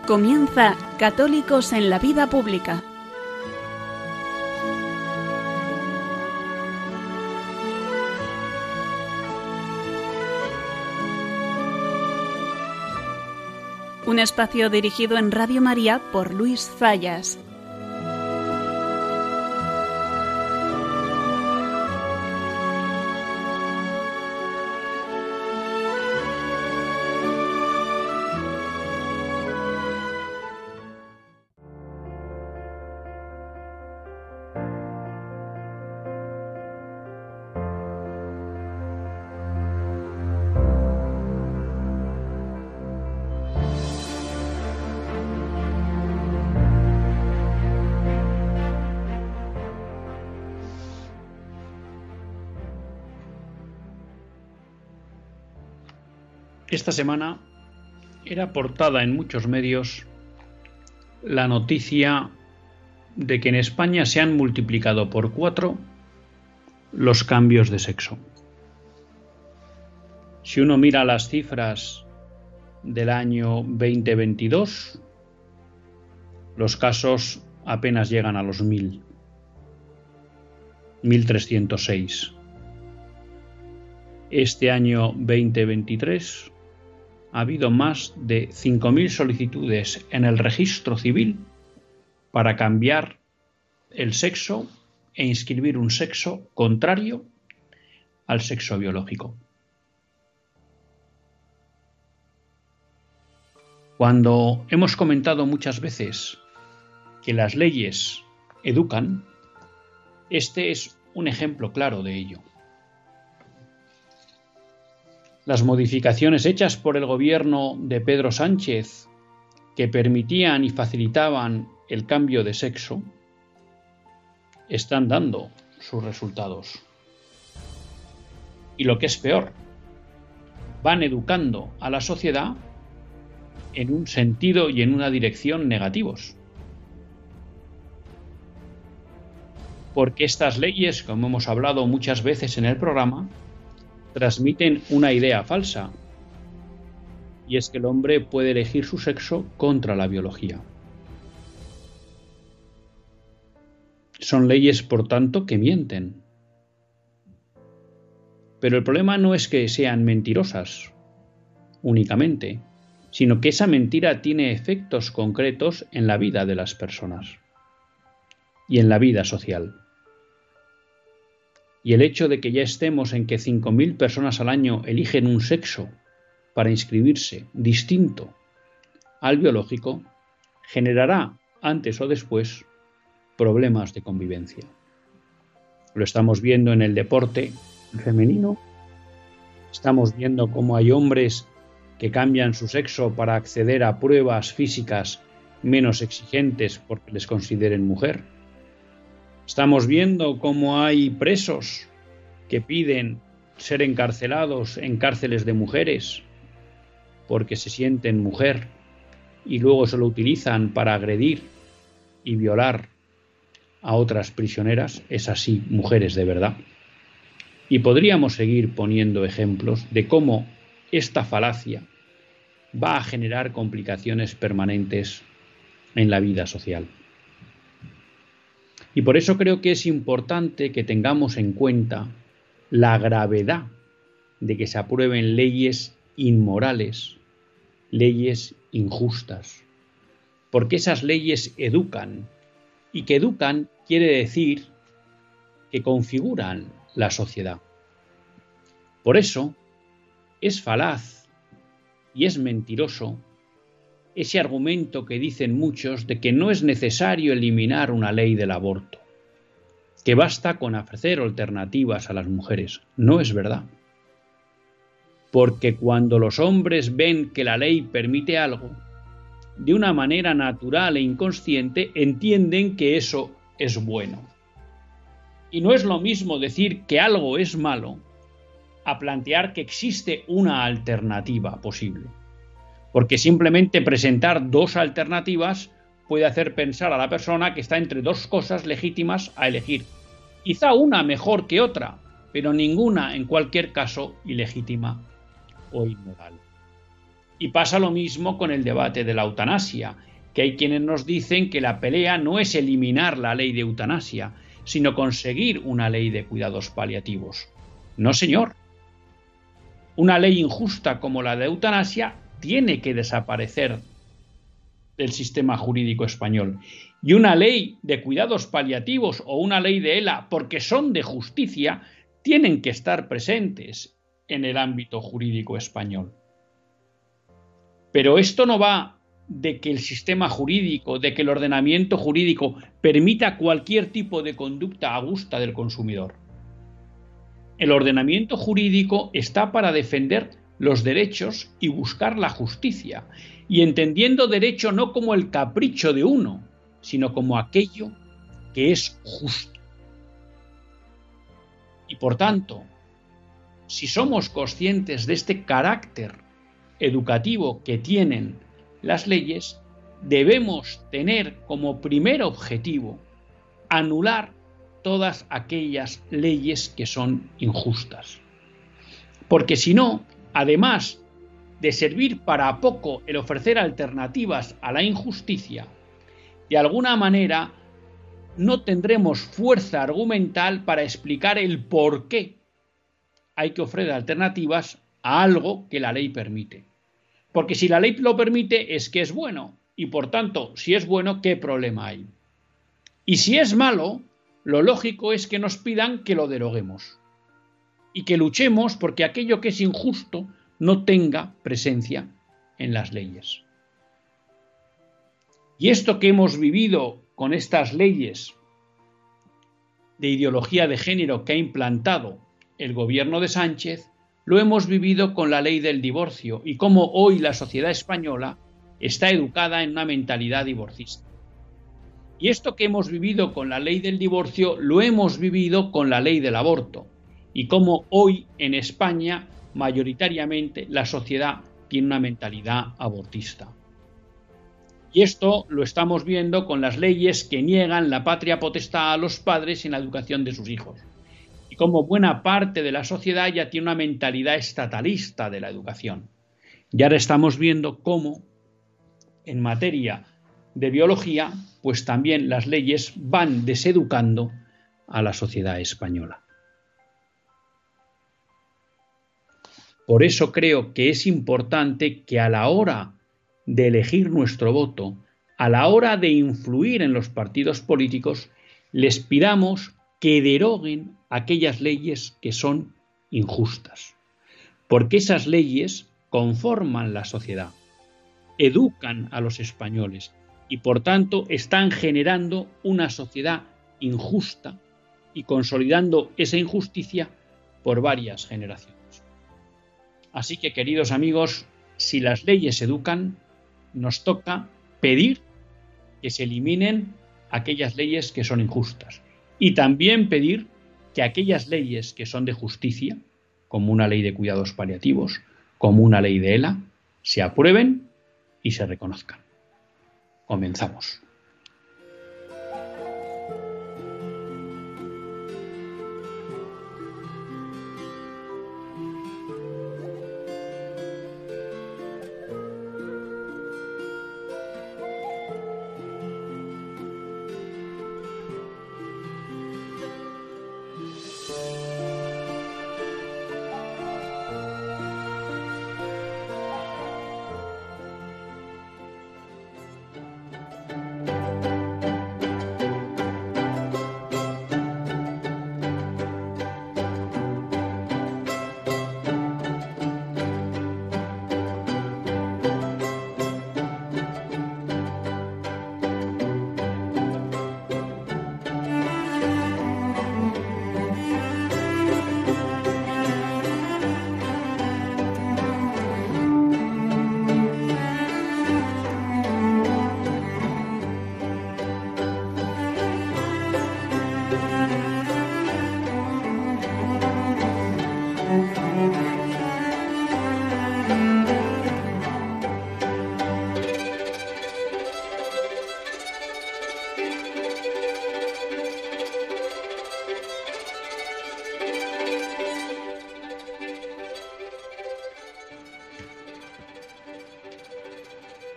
Comienza Católicos en la Vida Pública. Un espacio dirigido en Radio María por Luis Zayas. Esta semana era portada en muchos medios la noticia de que en España se han multiplicado por 4 los cambios de sexo. Si uno mira las cifras del año 2022, los casos apenas llegan a los 1.306. Este año 2023 ha habido más de 5.000 solicitudes en el registro civil para cambiar el sexo e inscribir un sexo contrario al sexo biológico. Cuando hemos comentado muchas veces que las leyes educan, este es un ejemplo claro de ello. Las modificaciones hechas por el gobierno de Pedro Sánchez, que permitían y facilitaban el cambio de sexo, están dando sus resultados. Y lo que es peor, van educando a la sociedad en un sentido y en una dirección negativos. Porque estas leyes, como hemos hablado muchas veces en el programa, transmiten una idea falsa, y es que el hombre puede elegir su sexo contra la biología. Son leyes, por tanto, que mienten. Pero el problema no es que sean mentirosas únicamente, sino que esa mentira tiene efectos concretos en la vida de las personas y en la vida social. Y el hecho de que ya estemos en que 5.000 personas al año eligen un sexo para inscribirse distinto al biológico generará, antes o después, problemas de convivencia. Lo estamos viendo en el deporte femenino, estamos viendo cómo hay hombres que cambian su sexo para acceder a pruebas físicas menos exigentes porque les consideren mujer. Estamos viendo cómo hay presos que piden ser encarcelados en cárceles de mujeres porque se sienten mujer y luego se lo utilizan para agredir y violar a otras prisioneras, esas sí, mujeres de verdad. Y podríamos seguir poniendo ejemplos de cómo esta falacia va a generar complicaciones permanentes en la vida social. Y por eso creo que es importante que tengamos en cuenta la gravedad de que se aprueben leyes inmorales, leyes injustas, porque esas leyes educan, y que educan quiere decir que configuran la sociedad. Por eso es falaz y es mentiroso ese argumento que dicen muchos de que no es necesario eliminar una ley del aborto, que basta con ofrecer alternativas a las mujeres. No es verdad. Porque cuando los hombres ven que la ley permite algo, de una manera natural e inconsciente entienden que eso es bueno. Y no es lo mismo decir que algo es malo a plantear que existe una alternativa posible. Porque simplemente presentar 2 alternativas puede hacer pensar a la persona que está entre 2 cosas legítimas a elegir. Quizá una mejor que otra, pero ninguna, en cualquier caso, ilegítima o inmoral. Y pasa lo mismo con el debate de la eutanasia, que hay quienes nos dicen que la pelea no es eliminar la ley de eutanasia, sino conseguir una ley de cuidados paliativos. No, señor. Una ley injusta como la de eutanasia tiene que desaparecer del sistema jurídico español. Y una ley de cuidados paliativos o una ley de ELA, porque son de justicia, tienen que estar presentes en el ámbito jurídico español. Pero esto no va de que el sistema jurídico, de que el ordenamiento jurídico permita cualquier tipo de conducta a gusto del consumidor. El ordenamiento jurídico está para defender los derechos y buscar la justicia, y entendiendo derecho no como el capricho de uno, sino como aquello que es justo. Y por tanto, si somos conscientes de este carácter educativo que tienen las leyes, debemos tener como primer objetivo anular todas aquellas leyes que son injustas. Porque si no, además de servir para poco el ofrecer alternativas a la injusticia, de alguna manera no tendremos fuerza argumental para explicar el por qué hay que ofrecer alternativas a algo que la ley permite. Porque si la ley lo permite es que es bueno, y por tanto, si es bueno, ¿qué problema hay? Y si es malo, lo lógico es que nos pidan que lo deroguemos y que luchemos porque aquello que es injusto no tenga presencia en las leyes. Y esto que hemos vivido con estas leyes de ideología de género que ha implantado el gobierno de Sánchez, lo hemos vivido con la ley del divorcio y cómo hoy la sociedad española está educada en una mentalidad divorcista. Y esto que hemos vivido con la ley del divorcio lo hemos vivido con la ley del aborto y cómo hoy en España mayoritariamente la sociedad tiene una mentalidad abortista. Y esto lo estamos viendo con las leyes que niegan la patria potestad a los padres en la educación de sus hijos. Y como buena parte de la sociedad ya tiene una mentalidad estatalista de la educación. Y ahora estamos viendo cómo en materia de biología, pues también las leyes van deseducando a la sociedad española. Por eso creo que es importante que a la hora de elegir nuestro voto, a la hora de influir en los partidos políticos, les pidamos que deroguen aquellas leyes que son injustas, porque esas leyes conforman la sociedad, educan a los españoles y por tanto están generando una sociedad injusta y consolidando esa injusticia por varias generaciones. Así que, queridos amigos, si las leyes educan, nos toca pedir que se eliminen aquellas leyes que son injustas y también pedir que aquellas leyes que son de justicia, como una ley de cuidados paliativos, como una ley de ELA, se aprueben y se reconozcan. Comenzamos.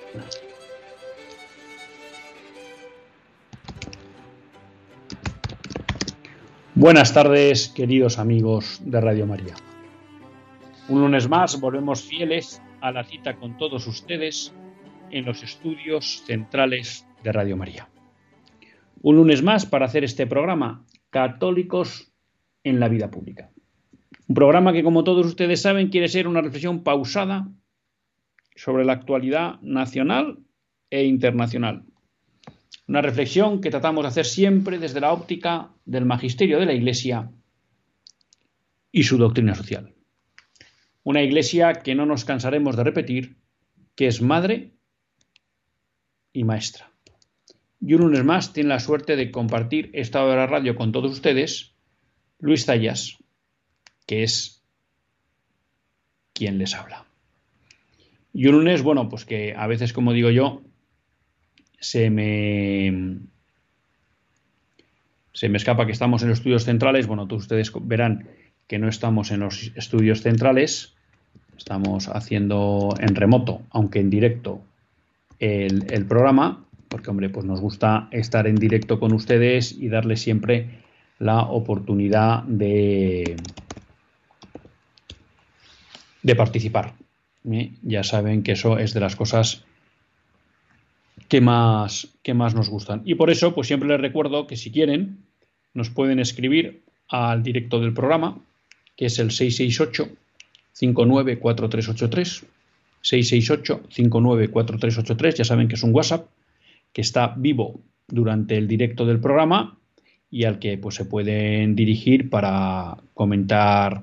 Buenas tardes, queridos amigos de Radio María. Un lunes más volvemos fieles a la cita con todos ustedes en los estudios centrales de Radio María. Un lunes más para hacer este programa, Católicos en la Vida Pública. Un programa que, como todos ustedes saben, quiere ser una reflexión pausada sobre la actualidad nacional e internacional. Una reflexión que tratamos de hacer siempre desde la óptica del magisterio de la Iglesia y su doctrina social. Una Iglesia que no nos cansaremos de repetir, que es madre y maestra. Y un lunes más tiene la suerte de compartir esta hora de radio con todos ustedes, Luis Zayas, que es quien les habla. Y un lunes, bueno, pues que a veces, como digo yo, se me escapa que estamos en los estudios centrales. Bueno, todos ustedes verán que no estamos en los estudios centrales, estamos haciendo en remoto, aunque en directo, el programa, porque, hombre, pues nos gusta estar en directo con ustedes y darles siempre la oportunidad de participar. Ya saben que eso es de las cosas que más nos gustan. Y por eso, pues siempre les recuerdo que si quieren, nos pueden escribir al directo del programa, que es el 668-594383, 668-594383, ya saben que es un WhatsApp que está vivo durante el directo del programa y al que pues se pueden dirigir para comentar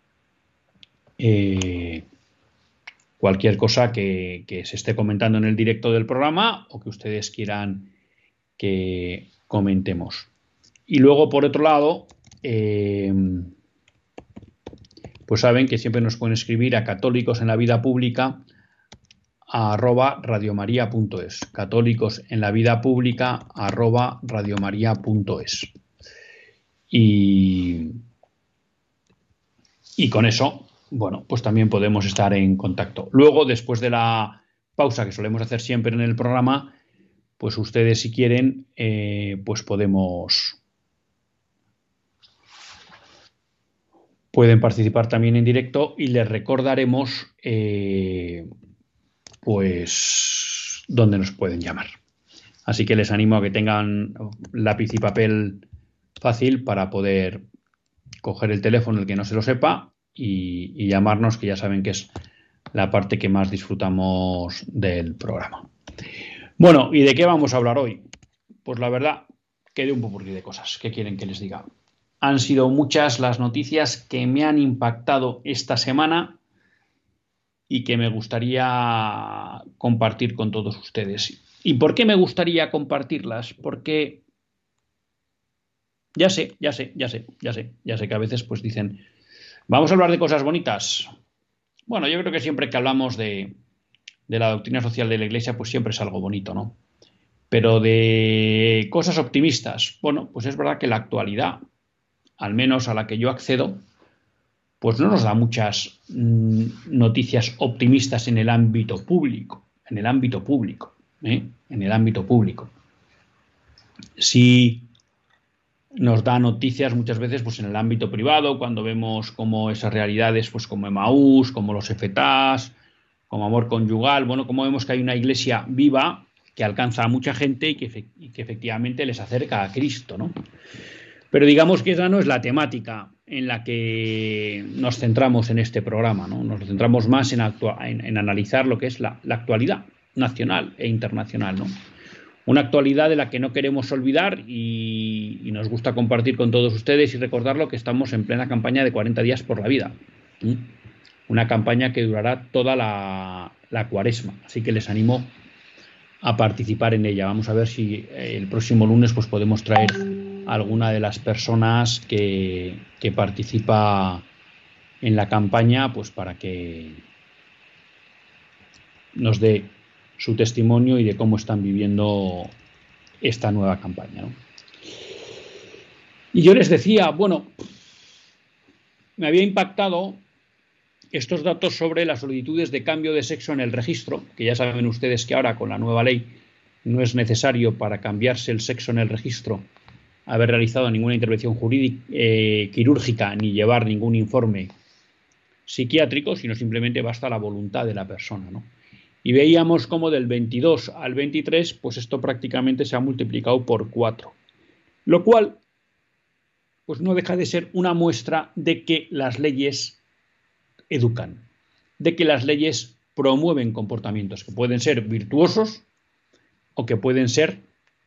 cualquier cosa que se esté comentando en el directo del programa o que ustedes quieran que comentemos. Y luego, por otro lado, pues saben que siempre nos pueden escribir a católicosenlavidapublica@radiomaria.es, católicosenlavidapublica@radiomaria.es. Y con eso, bueno, pues también podemos estar en contacto. Luego, después de la pausa que solemos hacer siempre en el programa, pues ustedes, si quieren, pues pueden participar también en directo y les recordaremos pues dónde nos pueden llamar. Así que les animo a que tengan lápiz y papel fácil para poder coger el teléfono, el que no se lo sepa, y llamarnos, que ya saben que es la parte que más disfrutamos del programa. Bueno, ¿y de qué vamos a hablar hoy? Pues la verdad que de un popurrí de cosas. ¿Qué quieren que les diga? Han sido muchas las noticias que me han impactado esta semana y que me gustaría compartir con todos ustedes. ¿Y por qué me gustaría compartirlas? Porque ya sé que a veces pues dicen, vamos a hablar de cosas bonitas. Bueno, yo creo que siempre que hablamos de la doctrina social de la Iglesia, pues siempre es algo bonito, ¿no? Pero de cosas optimistas, bueno, pues es verdad que la actualidad, al menos a la que yo accedo, pues no nos da muchas noticias optimistas en el ámbito público, Sí nos da noticias muchas veces pues en el ámbito privado, cuando vemos como esas realidades, pues como Emaús, como los FETAs, como Amor Conyugal, bueno, como vemos que hay una iglesia viva que alcanza a mucha gente y que efectivamente les acerca a Cristo, ¿no? Pero digamos que esa no es la temática en la que nos centramos en este programa, ¿no? Nos centramos más en analizar lo que es la actualidad nacional e internacional, ¿no? Una actualidad de la que no queremos olvidar y nos gusta compartir con todos ustedes y recordarlo, que estamos en plena campaña de 40 días por la vida. Una campaña que durará toda la cuaresma, así que les animo a participar en ella. Vamos a ver si el próximo lunes pues podemos traer a alguna de las personas que participa en la campaña, pues para que nos dé su testimonio y de cómo están viviendo esta nueva campaña, ¿no? Y yo les decía, bueno, me había impactado estos datos sobre las solicitudes de cambio de sexo en el registro, que ya saben ustedes que ahora con la nueva ley no es necesario para cambiarse el sexo en el registro haber realizado ninguna intervención jurídica, quirúrgica ni llevar ningún informe psiquiátrico, sino simplemente basta la voluntad de la persona, ¿no? Y veíamos cómo del 22 al 23, pues esto prácticamente se ha multiplicado por 4, lo cual pues no deja de ser una muestra de que las leyes educan, de que las leyes promueven comportamientos que pueden ser virtuosos o que pueden ser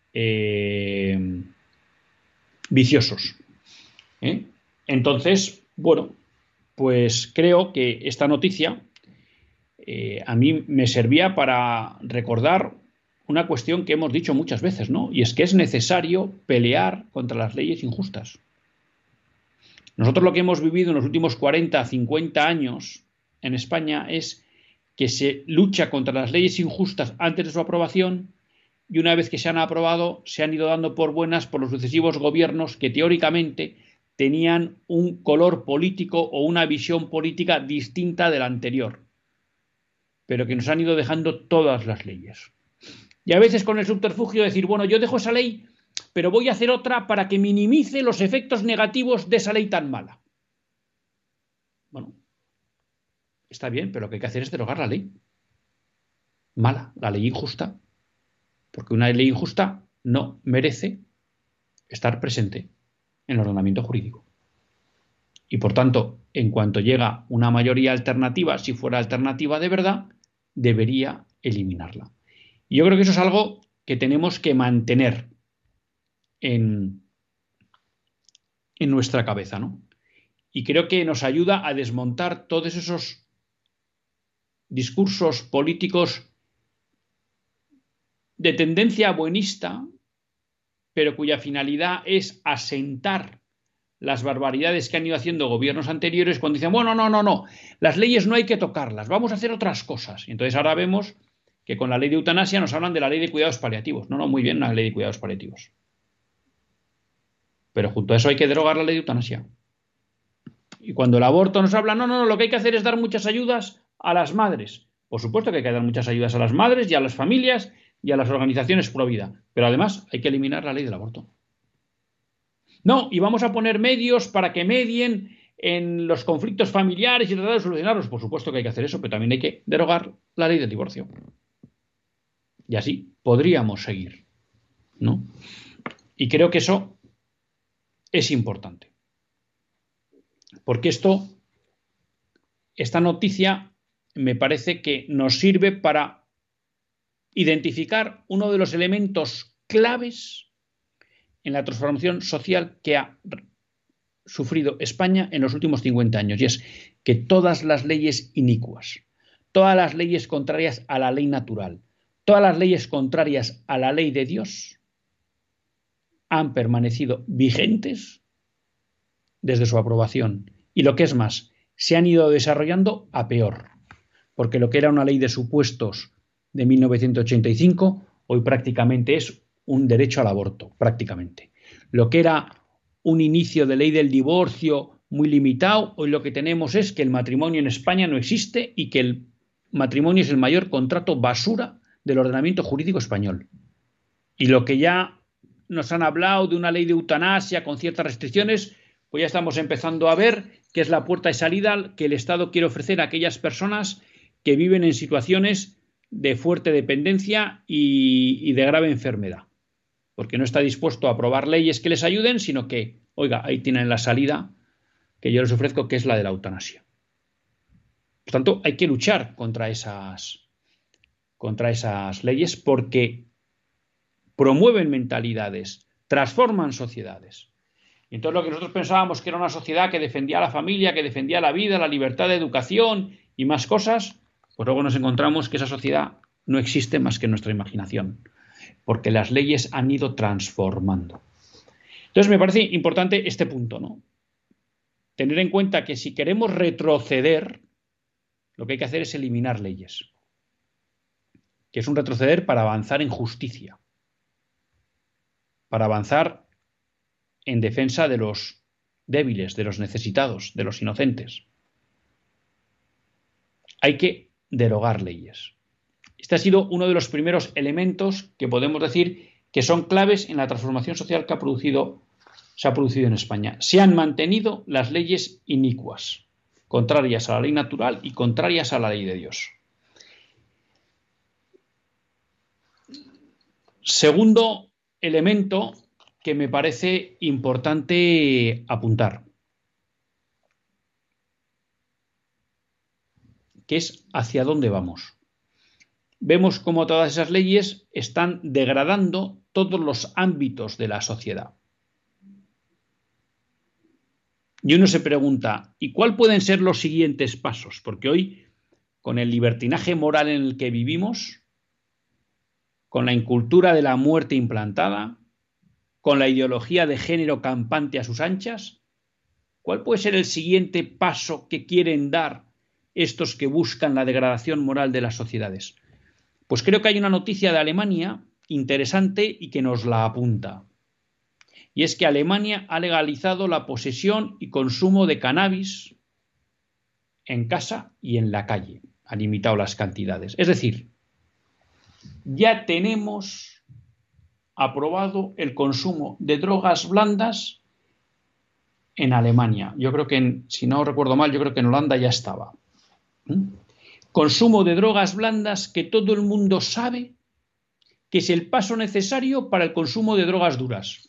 viciosos. Entonces, bueno, pues creo que esta noticia a mí me servía para recordar una cuestión que hemos dicho muchas veces, ¿no? Y es que es necesario pelear contra las leyes injustas. Nosotros lo que hemos vivido en los últimos 40, 50 años en España es que se lucha contra las leyes injustas antes de su aprobación y una vez que se han aprobado se han ido dando por buenas por los sucesivos gobiernos que teóricamente tenían un color político o una visión política distinta de la anterior, pero que nos han ido dejando todas las leyes. Y a veces con el subterfugio de decir, bueno, yo dejo esa ley, pero voy a hacer otra para que minimice los efectos negativos de esa ley tan mala. Bueno, está bien, pero lo que hay que hacer es derogar la ley mala, la ley injusta, porque una ley injusta no merece estar presente en el ordenamiento jurídico. Y por tanto, en cuanto llega una mayoría alternativa, si fuera alternativa de verdad, debería eliminarla. Y yo creo que eso es algo que tenemos que mantener en nuestra cabeza, ¿no? Y creo que nos ayuda a desmontar todos esos discursos políticos de tendencia buenista, pero cuya finalidad es asentar las barbaridades que han ido haciendo gobiernos anteriores cuando dicen, bueno, no, las leyes no hay que tocarlas, vamos a hacer otras cosas. Y entonces ahora vemos que con la ley de eutanasia nos hablan de la ley de cuidados paliativos. No, muy bien, la ley de cuidados paliativos. Pero junto a eso hay que derogar la ley de eutanasia. Y cuando el aborto nos habla, no, lo que hay que hacer es dar muchas ayudas a las madres. Por supuesto que hay que dar muchas ayudas a las madres y a las familias y a las organizaciones pro vida. Pero además hay que eliminar la ley del aborto. No, y vamos a poner medios para que medien en los conflictos familiares y tratar de solucionarlos. Por supuesto que hay que hacer eso, pero también hay que derogar la ley del divorcio. Y así podríamos seguir, ¿no? Y creo que eso es importante. Porque esta noticia me parece que nos sirve para identificar uno de los elementos claves en la transformación social que ha sufrido España en los últimos 50 años, y es que todas las leyes inicuas, todas las leyes contrarias a la ley natural, todas las leyes contrarias a la ley de Dios han permanecido vigentes desde su aprobación. Y lo que es más, se han ido desarrollando a peor, porque lo que era una ley de supuestos de 1985, hoy prácticamente es un derecho al aborto, prácticamente. Lo que era un inicio de ley del divorcio muy limitado, hoy lo que tenemos es que el matrimonio en España no existe y que el matrimonio es el mayor contrato basura del ordenamiento jurídico español. Y lo que ya nos han hablado de una ley de eutanasia con ciertas restricciones, pues ya estamos empezando a ver que es la puerta de salida que el Estado quiere ofrecer a aquellas personas que viven en situaciones de fuerte dependencia y de grave enfermedad, porque no está dispuesto a aprobar leyes que les ayuden, sino que, oiga, ahí tienen la salida que yo les ofrezco, que es la de la eutanasia. Por tanto, hay que luchar contra esas leyes porque promueven mentalidades, transforman sociedades. Y entonces lo que nosotros pensábamos que era una sociedad que defendía a la familia, que defendía la vida, la libertad de educación y más cosas, pues luego nos encontramos que esa sociedad no existe más que en nuestra imaginación, porque las leyes han ido transformando. Entonces me parece importante este punto, ¿no? Tener en cuenta que si queremos retroceder, lo que hay que hacer es eliminar leyes, que es un retroceder para avanzar en justicia, para avanzar en defensa de los débiles, de los necesitados, de los inocentes. hay que derogar leyes. Este ha sido uno de los primeros elementos que podemos decir que son claves en la transformación social que se ha producido en España. Se han mantenido las leyes inicuas, contrarias a la ley natural y contrarias a la ley de Dios. Segundo elemento que me parece importante apuntar, que es hacia dónde vamos. Vemos cómo todas esas leyes están degradando todos los ámbitos de la sociedad. Y uno se pregunta, ¿y cuáles pueden ser los siguientes pasos? Porque hoy, con el libertinaje moral en el que vivimos, con la incultura de la muerte implantada, con la ideología de género campante a sus anchas, ¿cuál puede ser el siguiente paso que quieren dar estos que buscan la degradación moral de las sociedades? Pues creo que hay una noticia de Alemania interesante y que nos la apunta. Y es que Alemania ha legalizado la posesión y consumo de cannabis en casa y en la calle. Ha limitado las cantidades. Es decir, ya tenemos aprobado el consumo de drogas blandas en Alemania. Yo creo que, si no recuerdo mal, yo creo que en Holanda ya estaba. Consumo de drogas blandas que todo el mundo sabe que es el paso necesario para el consumo de drogas duras.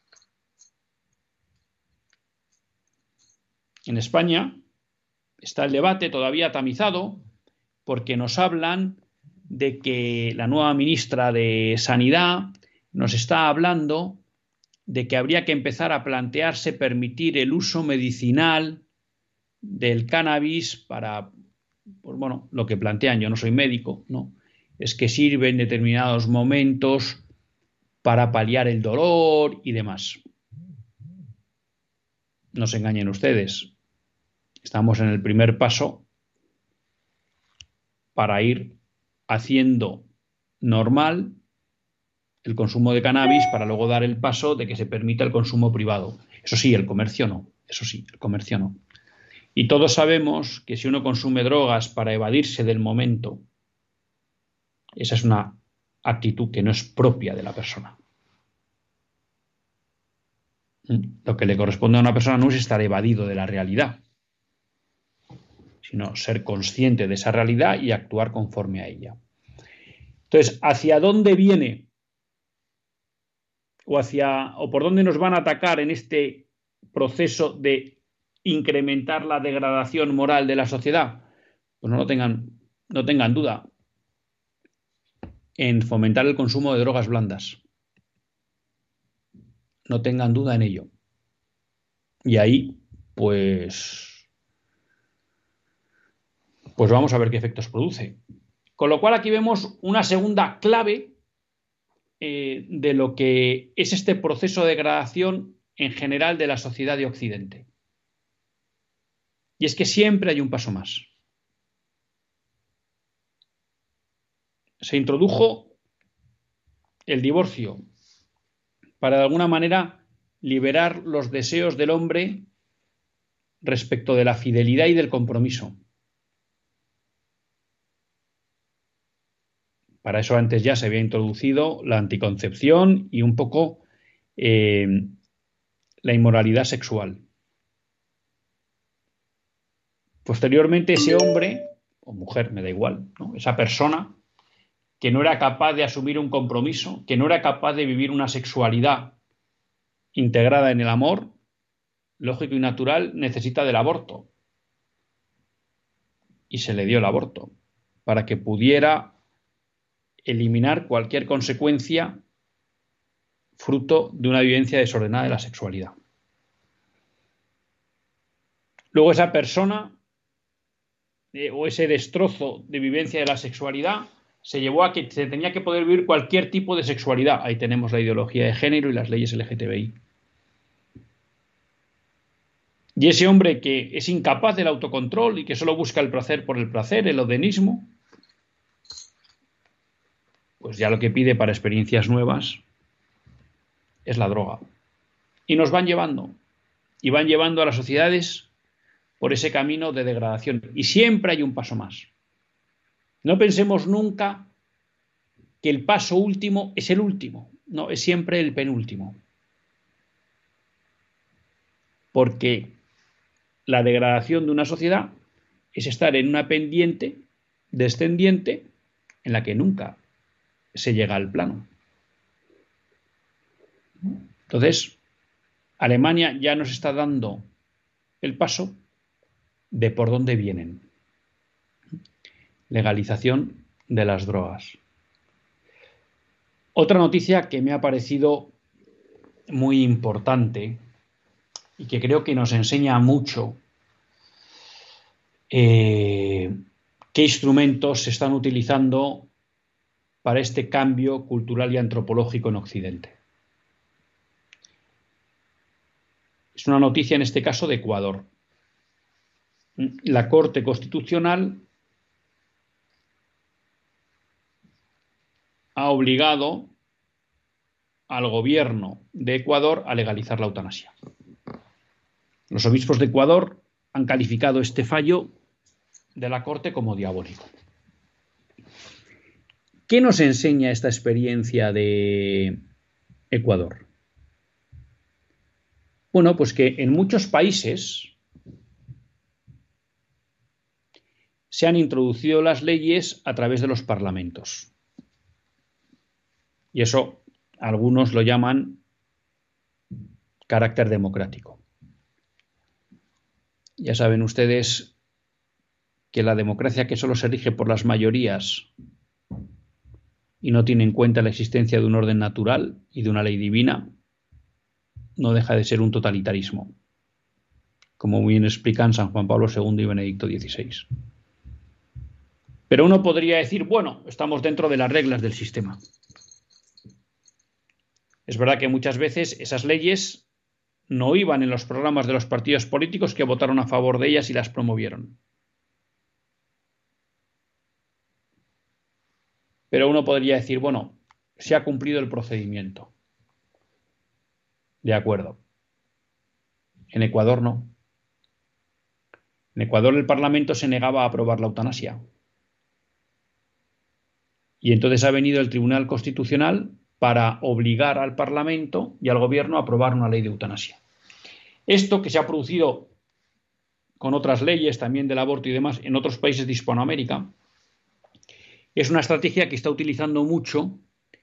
En España está el debate todavía tamizado porque nos hablan de que la nueva ministra de Sanidad nos está hablando de que habría que empezar a plantearse permitir el uso medicinal del cannabis para, pues bueno, lo que plantean, yo no soy médico, ¿no? Es que sirve en determinados momentos para paliar el dolor y demás. No se engañen ustedes. Estamos en el primer paso para ir haciendo normal el consumo de cannabis para luego dar el paso de que se permita el consumo privado. Eso sí, el comercio no. Eso sí, el comercio no. Y todos sabemos que si uno consume drogas para evadirse del momento, esa es una actitud que no es propia de la persona. Lo que le corresponde a una persona no es estar evadido de la realidad, sino ser consciente de esa realidad y actuar conforme a ella. Entonces, ¿hacia dónde viene o por dónde nos van a atacar en este proceso de incrementar la degradación moral de la sociedad? Pues no tengan duda en fomentar el consumo de drogas blandas. No tengan duda en ello. Y ahí, pues vamos a ver qué efectos produce. Con lo cual aquí vemos una segunda clave de lo que es este proceso de degradación en general de la sociedad de Occidente. Y es que siempre hay un paso más. Se introdujo el divorcio para de alguna manera liberar los deseos del hombre respecto de la fidelidad y del compromiso. Para eso antes ya se había introducido la anticoncepción y un poco la inmoralidad sexual. Posteriormente ese hombre, o mujer, me da igual, ¿no? Esa persona que no era capaz de asumir un compromiso, que no era capaz de vivir una sexualidad integrada en el amor, lógico y natural, necesita del aborto. Y se le dio el aborto para que pudiera eliminar cualquier consecuencia fruto de una vivencia desordenada de la sexualidad. Luego esa persona o ese destrozo de vivencia de la sexualidad se llevó a que se tenía que poder vivir cualquier tipo de sexualidad. Ahí tenemos la ideología de género y las leyes LGTBI. Y ese hombre que es incapaz del autocontrol y que solo busca el placer por el placer, el hedonismo, pues ya lo que pide para experiencias nuevas es la droga. Y nos van llevando a las sociedades por ese camino de degradación. Y siempre hay un paso más. No pensemos nunca que el paso último es el último, no, es siempre el penúltimo. Porque la degradación de una sociedad es estar en una pendiente descendiente en la que nunca se llega al plano. Entonces, Alemania ya nos está dando el paso de por dónde vienen. Legalización de las drogas. Otra noticia que me ha parecido muy importante y que creo que nos enseña mucho qué instrumentos se están utilizando para este cambio cultural y antropológico en Occidente. Es una noticia en este caso de Ecuador. La Corte Constitucional ha obligado al gobierno de Ecuador a legalizar la eutanasia. Los obispos de Ecuador han calificado este fallo de la Corte como diabólico. ¿Qué nos enseña esta experiencia de Ecuador? Bueno, pues que en muchos países se han introducido las leyes a través de los parlamentos. Y eso algunos lo llaman carácter democrático. Ya saben ustedes que la democracia que solo se rige por las mayorías y no tiene en cuenta la existencia de un orden natural y de una ley divina, no deja de ser un totalitarismo, como bien explican San Juan Pablo II y Benedicto XVI. Pero uno podría decir, bueno, estamos dentro de las reglas del sistema. Es verdad que muchas veces esas leyes no iban en los programas de los partidos políticos que votaron a favor de ellas y las promovieron. Pero uno podría decir, bueno, se ha cumplido el procedimiento. De acuerdo. En Ecuador no. En Ecuador el Parlamento se negaba a aprobar la eutanasia. Y entonces ha venido el Tribunal Constitucional para obligar al Parlamento y al Gobierno a aprobar una ley de eutanasia. Esto que se ha producido con otras leyes también del aborto y demás en otros países de Hispanoamérica es una estrategia que está utilizando mucho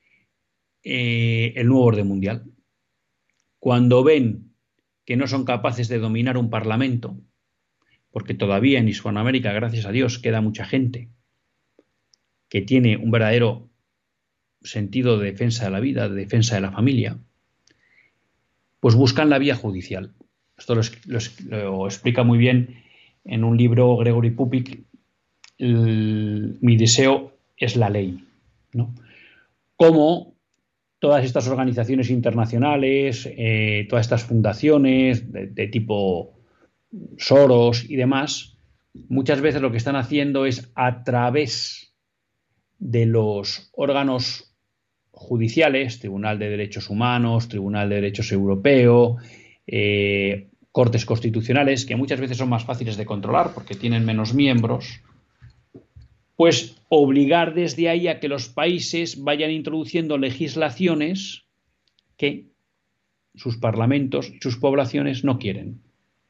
el nuevo orden mundial. Cuando ven que no son capaces de dominar un parlamento, porque todavía en Hispanoamérica, gracias a Dios, queda mucha gente que tiene un verdadero sentido de defensa de la vida, de defensa de la familia, pues buscan la vía judicial. Esto lo explica muy bien en un libro Gregory Pupik, Mi deseo es la ley, ¿no? Cómo todas estas organizaciones internacionales, todas estas fundaciones de tipo Soros y demás, muchas veces lo que están haciendo es a través de los órganos judiciales, Tribunal de Derechos Humanos, Tribunal de Derechos Europeo, Cortes Constitucionales, que muchas veces son más fáciles de controlar porque tienen menos miembros, pues obligar desde ahí a que los países vayan introduciendo legislaciones que sus parlamentos y sus poblaciones no quieren.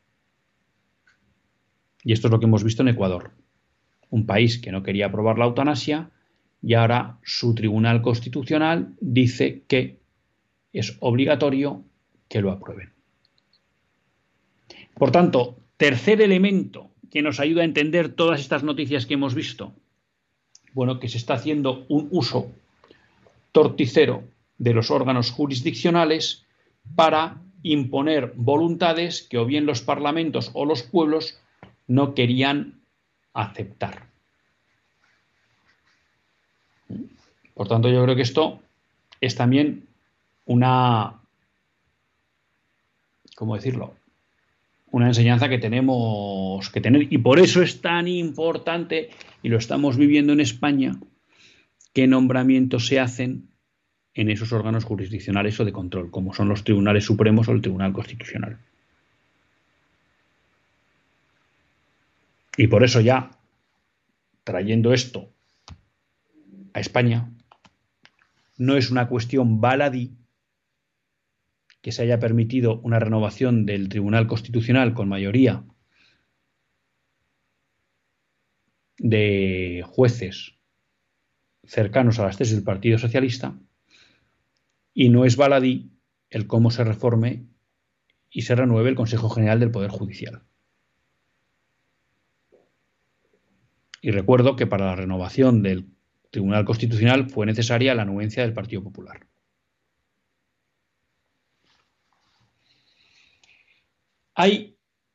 Y esto es lo que hemos visto en Ecuador. Un país que no quería aprobar la eutanasia y ahora su Tribunal Constitucional dice que es obligatorio que lo aprueben. Por tanto, tercer elemento que nos ayuda a entender todas estas noticias que hemos visto. Bueno, que se está haciendo un uso torticero de los órganos jurisdiccionales para imponer voluntades que o bien los parlamentos o los pueblos no querían aceptar. Por tanto, yo creo que esto es también una, ¿cómo decirlo?, una enseñanza que tenemos que tener, y por eso es tan importante, y lo estamos viviendo en España, qué nombramientos se hacen en esos órganos jurisdiccionales o de control, como son los tribunales supremos o el Tribunal Constitucional. Y por eso ya, trayendo esto a España. No es una cuestión baladí que se haya permitido una renovación del Tribunal Constitucional con mayoría de jueces cercanos a las tesis del Partido Socialista, y no es baladí el cómo se reforme y se renueve el Consejo General del Poder Judicial. Y recuerdo que para la renovación del Tribunal Constitucional fue necesaria la anuencia del Partido Popular. Hay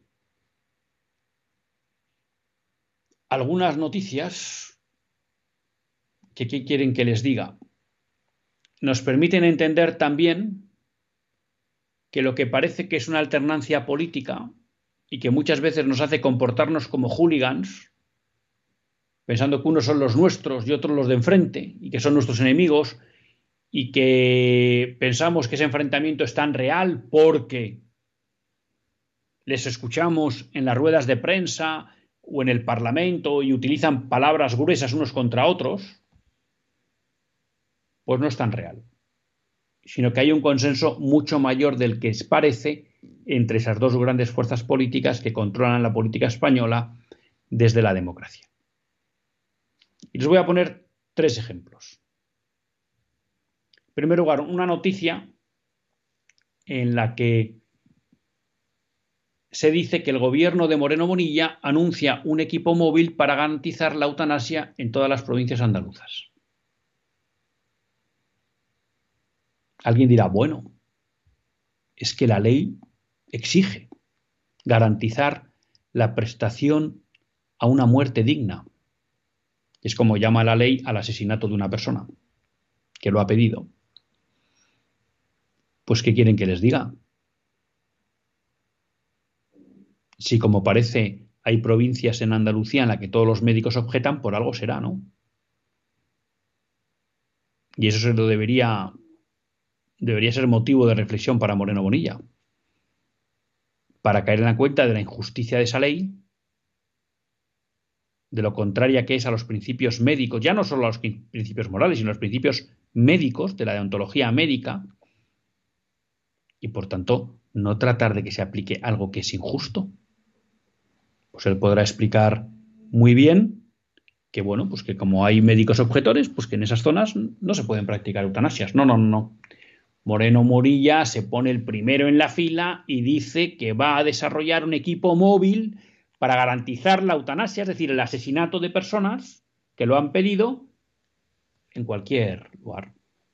algunas noticias que, ¿qué quieren que les diga? Nos permiten entender también que lo que parece que es una alternancia política y que muchas veces nos hace comportarnos como hooligans, pensando que unos son los nuestros y otros los de enfrente, y que son nuestros enemigos, y que pensamos que ese enfrentamiento es tan real porque les escuchamos en las ruedas de prensa o en el Parlamento y utilizan palabras gruesas unos contra otros, pues no es tan real, sino que hay un consenso mucho mayor del que parece entre esas dos grandes fuerzas políticas que controlan la política española desde la democracia. Y les voy a poner 3 ejemplos. En primer lugar, una noticia en la que se dice que el gobierno de Moreno Bonilla anuncia un equipo móvil para garantizar la eutanasia en todas las provincias andaluzas. Alguien dirá, bueno, es que la ley exige garantizar la prestación a una muerte digna. Es como llama la ley al asesinato de una persona que lo ha pedido. Pues, ¿qué quieren que les diga? Si, como parece, hay provincias en Andalucía en las que todos los médicos objetan, por algo será, ¿no? Y eso debería ser motivo de reflexión para Moreno Bonilla, para caer en la cuenta de la injusticia de esa ley, de lo contraria que es a los principios médicos, ya no solo a los principios morales, sino a los principios médicos de la deontología médica, y por tanto no tratar de que se aplique algo que es injusto. Pues él podrá explicar muy bien que, bueno, pues que como hay médicos objetores, pues que en esas zonas no se pueden practicar eutanasias. No. Moreno Morilla se pone el primero en la fila y dice que va a desarrollar un equipo móvil para garantizar la eutanasia, es decir, el asesinato de personas que lo han pedido en cualquier lugar.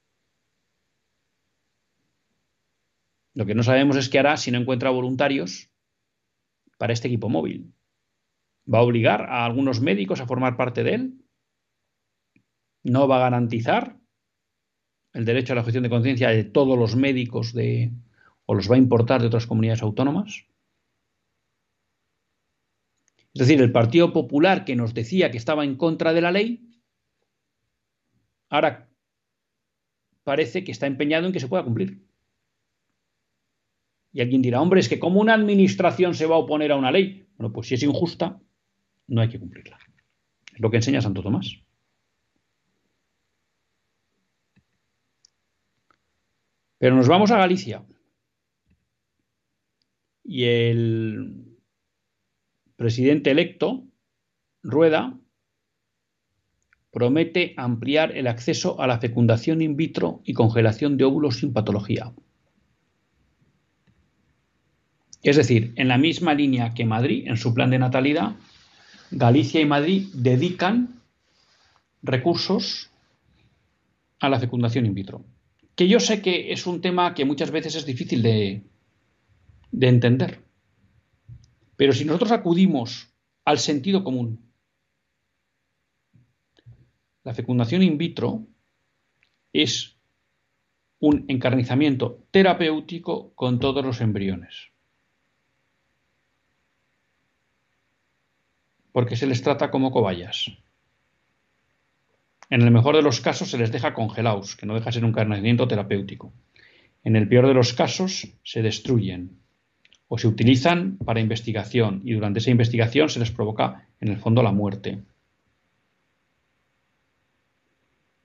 Lo que no sabemos es qué hará si no encuentra voluntarios para este equipo móvil. ¿Va a obligar a algunos médicos a formar parte de él? ¿No va a garantizar el derecho a la objeción de conciencia de todos los médicos o los va a importar de otras comunidades autónomas? Es decir, el Partido Popular, que nos decía que estaba en contra de la ley, ahora parece que está empeñado en que se pueda cumplir. Y alguien dirá, hombre, es que ¿cómo una administración se va a oponer a una ley? Bueno, pues si es injusta, no hay que cumplirla. Es lo que enseña Santo Tomás. Pero nos vamos a Galicia. Y el presidente electo, Rueda, promete ampliar el acceso a la fecundación in vitro y congelación de óvulos sin patología. Es decir, en la misma línea que Madrid, en su plan de natalidad, Galicia y Madrid dedican recursos a la fecundación in vitro. Que yo sé que es un tema que muchas veces es difícil de entender. Pero si nosotros acudimos al sentido común, la fecundación in vitro es un encarnizamiento terapéutico con todos los embriones. Porque se les trata como cobayas. En el mejor de los casos se les deja congelados, que no deja de ser un encarnizamiento terapéutico. En el peor de los casos se destruyen o se utilizan para investigación y durante esa investigación se les provoca en el fondo la muerte.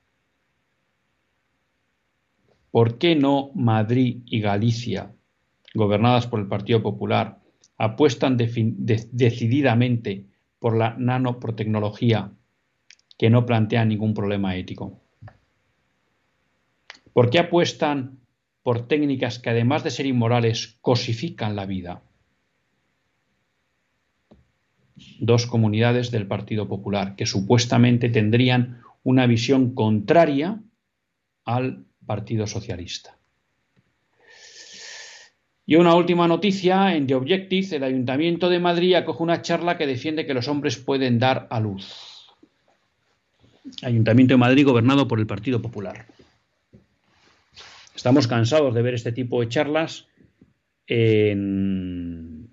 ¿Por qué no Madrid y Galicia, gobernadas por el Partido Popular, apuestan decididamente por la nanoprotecnología que no plantea ningún problema ético? ¿Por qué apuestan por técnicas que, además de ser inmorales, cosifican la vida? Dos comunidades del Partido Popular que supuestamente tendrían una visión contraria al Partido Socialista. Y una última noticia: en The Objective, el Ayuntamiento de Madrid acoge una charla que defiende que los hombres pueden dar a luz. Ayuntamiento de Madrid gobernado por el Partido Popular. Estamos cansados de ver este tipo de charlas en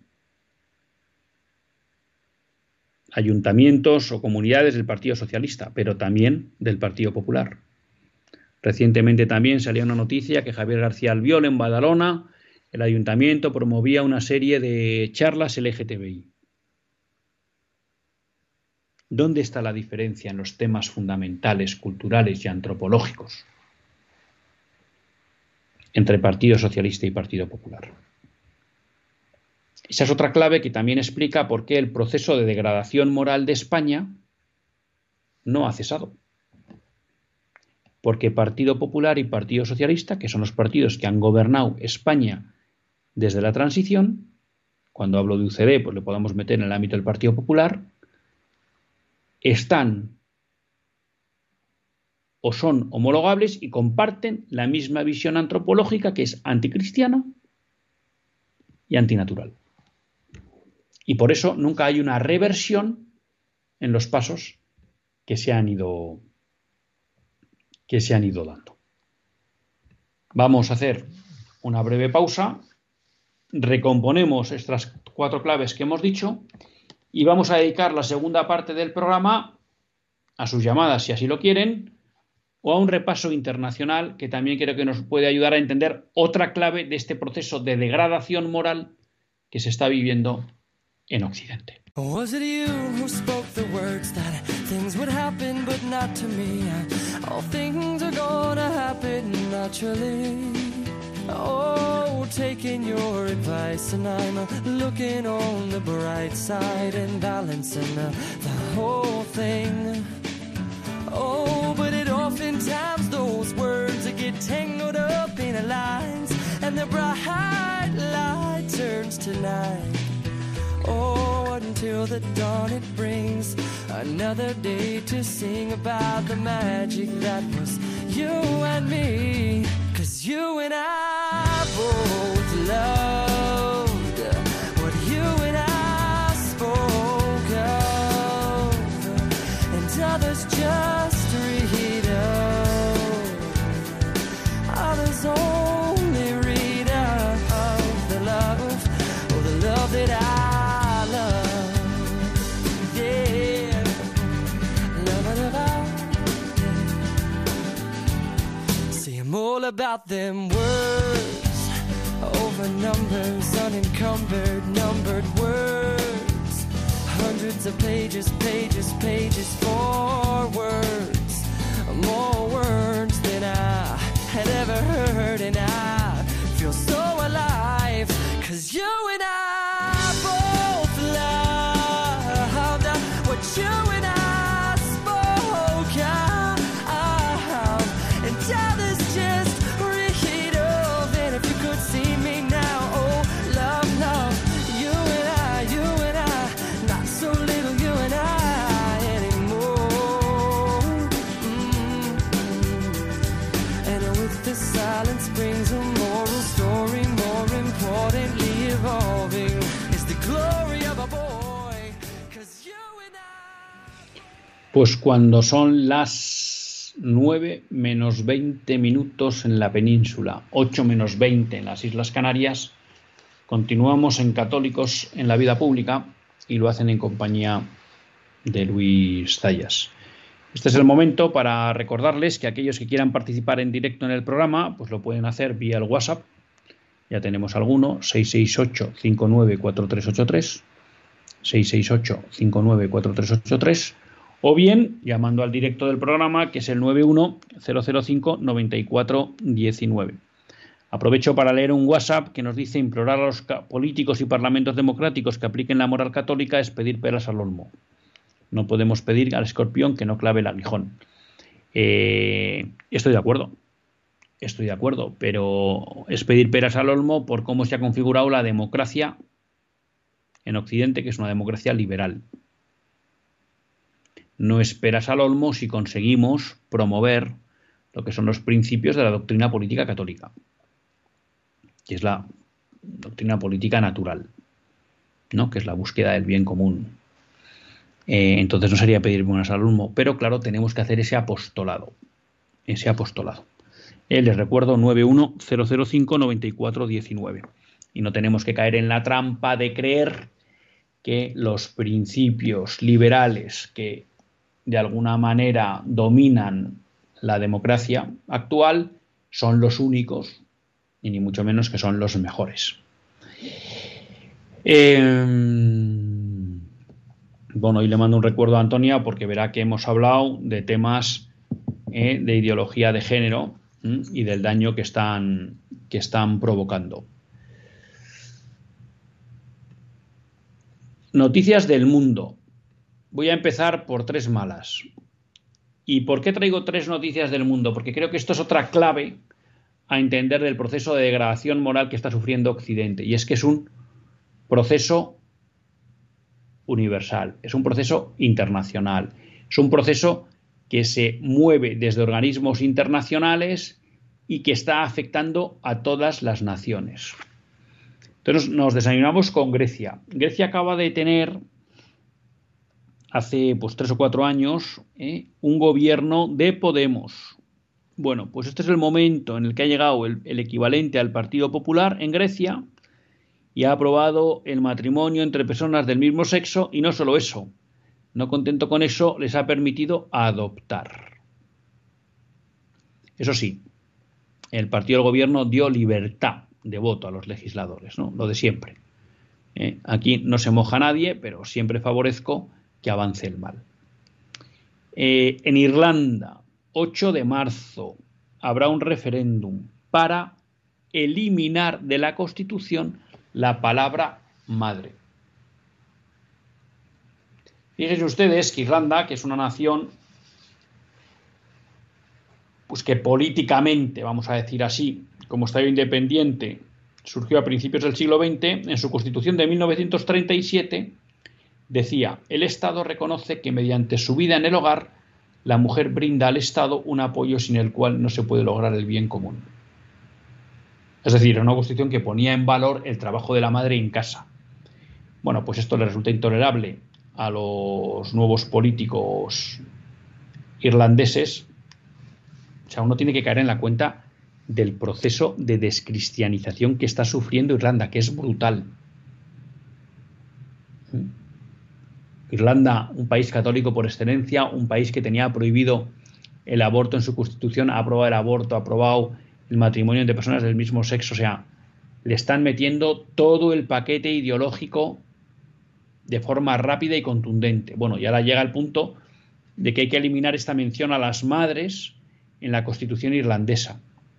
ayuntamientos o comunidades del Partido Socialista, pero también del Partido Popular. Recientemente también salió una noticia que Javier García Albiol, en Badalona, el ayuntamiento promovía una serie de charlas LGTBI. ¿Dónde está la diferencia en los temas fundamentales, culturales y antropológicos entre Partido Socialista y Partido Popular? Esa es otra clave que también explica por qué el proceso de degradación moral de España no ha cesado. Porque Partido Popular y Partido Socialista, que son los partidos que han gobernado España desde la transición, cuando hablo de UCD, pues lo podemos meter en el ámbito del Partido Popular, están o son homologables y comparten la misma visión antropológica, que es anticristiana y antinatural. Y por eso nunca hay una reversión en los pasos que se han ido dando. Vamos a hacer una breve pausa, recomponemos estas 4 claves que hemos dicho y vamos a dedicar la segunda parte del programa a sus llamadas, si así lo quieren, o a un repaso internacional que también creo que nos puede ayudar a entender otra clave de este proceso de degradación moral que se está viviendo en Occidente. Was it you who spoke the words that things would happen but not to me? All things are gonna happen naturally. Oh, taking your advice and I'm looking on the bright side and balancing the whole thing. Oh, but it oftentimes those words that get tangled up in the lines and the bright light turns to night. Oh, until the dawn it brings another day to sing about the magic that was you and me. 'Cause you and I both loved what you and I spoke of, and others just read of, others only read of the love, oh, the love that I all about them words, over numbers, unencumbered, numbered words, hundreds of pages, pages, pages, for words, more words than I had ever heard, and I feel so alive, 'cause you and I both loved what you and I spoke of, and others just read of. And if you could see me now, oh, love, love, you and I, not so little you and I anymore. And with the silence brings a moral story, more importantly evolving is the glory of a boy, 'cause you and I. Pues cuando son las 9 menos 20 minutos en la península, 8 menos 20 en las Islas Canarias, continuamos en Católicos en la Vida Pública y lo hacen en compañía de Luis Zayas. Este es el momento para recordarles que aquellos que quieran participar en directo en el programa, pues lo pueden hacer vía el WhatsApp. Ya tenemos alguno, 668-594383, 668-594383, O bien llamando al directo del programa, que es el 91005-9419. Aprovecho para leer un WhatsApp que nos dice: implorar a los políticos y parlamentos democráticos que apliquen la moral católica es pedir peras al olmo. No podemos pedir al escorpión que no clave el aguijón. Estoy de acuerdo, pero es pedir peras al olmo por cómo se ha configurado la democracia en Occidente, que es una democracia liberal. No es peras al olmo si conseguimos promover lo que son los principios de la doctrina política católica, que es la doctrina política natural, ¿no? Que es la búsqueda del bien común. Entonces no sería pedir peras al olmo, pero claro, tenemos que hacer ese apostolado. Les recuerdo 91005-9419. Y no tenemos que caer en la trampa de creer que los principios liberales que de alguna manera dominan la democracia actual son los únicos, y ni mucho menos que son los mejores. Bueno, hoy le mando un recuerdo a Antonia porque verá que hemos hablado de temas de ideología de género y del daño que están provocando. Noticias del mundo. Voy a empezar por 3 malas. ¿Y por qué traigo 3 noticias del mundo? Porque creo que esto es otra clave a entender del proceso de degradación moral que está sufriendo Occidente. Y es que es un proceso universal, es un proceso internacional, es un proceso que se mueve desde organismos internacionales y que está afectando a todas las naciones. Entonces nos desayunamos con Grecia. Grecia acaba de tener hace 3 o 4 años un gobierno de Podemos. Bueno, pues este es el momento en el que ha llegado el equivalente al Partido Popular en Grecia y ha aprobado el matrimonio entre personas del mismo sexo, y no solo eso, no contento con eso, les ha permitido adoptar. Eso sí, el partido del gobierno dio libertad de voto a los legisladores, ¿no? Lo de siempre. Aquí no se moja nadie, pero siempre favorezco que avance el mal. En Irlanda, 8 de marzo, habrá un referéndum para eliminar de la Constitución la palabra madre. Fíjense ustedes que Irlanda, que es una nación pues que políticamente, vamos a decir así, como Estado independiente, surgió a principios del siglo XX, en su Constitución de 1937 decía: el Estado reconoce que mediante su vida en el hogar la mujer brinda al Estado un apoyo sin el cual no se puede lograr el bien común. Es decir, era una Constitución que ponía en valor el trabajo de la madre en casa. Bueno, pues esto le resulta intolerable a los nuevos políticos irlandeses. O sea, uno tiene que caer en la cuenta del proceso de descristianización que está sufriendo Irlanda, que es brutal. Irlanda, un país católico por excelencia, un país que tenía prohibido el aborto en su Constitución, ha aprobado el aborto, ha aprobado el matrimonio entre personas del mismo sexo. O sea, le están metiendo todo el paquete ideológico de forma rápida y contundente. Bueno, y ahora llega el punto de que hay que eliminar esta mención a las madres en la Constitución irlandesa.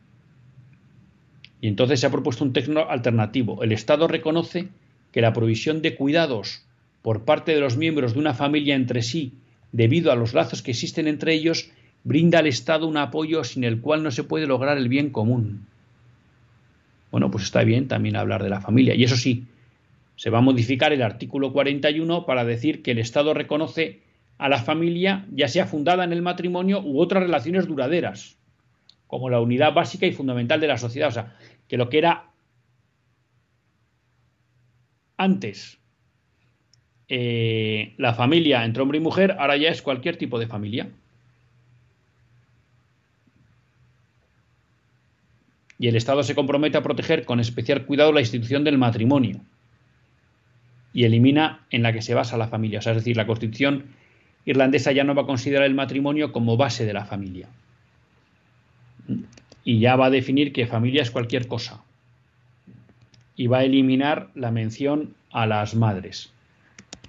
Y entonces se ha propuesto un texto alternativo. El Estado reconoce que la provisión de cuidados por parte de los miembros de una familia entre sí, debido a los lazos que existen entre ellos, brinda al Estado un apoyo sin el cual no se puede lograr el bien común. Bueno, pues está bien también hablar de la familia. Y eso sí, se va a modificar el artículo 41 para decir que el Estado reconoce a la familia, ya sea fundada en el matrimonio u otras relaciones duraderas, como la unidad básica y fundamental de la sociedad. O sea, que lo que era antes la familia entre hombre y mujer, ahora ya es cualquier tipo de familia. Y el Estado se compromete a proteger con especial cuidado la institución del matrimonio y elimina en la que se basa la familia. O sea, es decir, la Constitución irlandesa ya no va a considerar el matrimonio como base de la familia. Y ya va a definir que familia es cualquier cosa. Y va a eliminar la mención a las madres.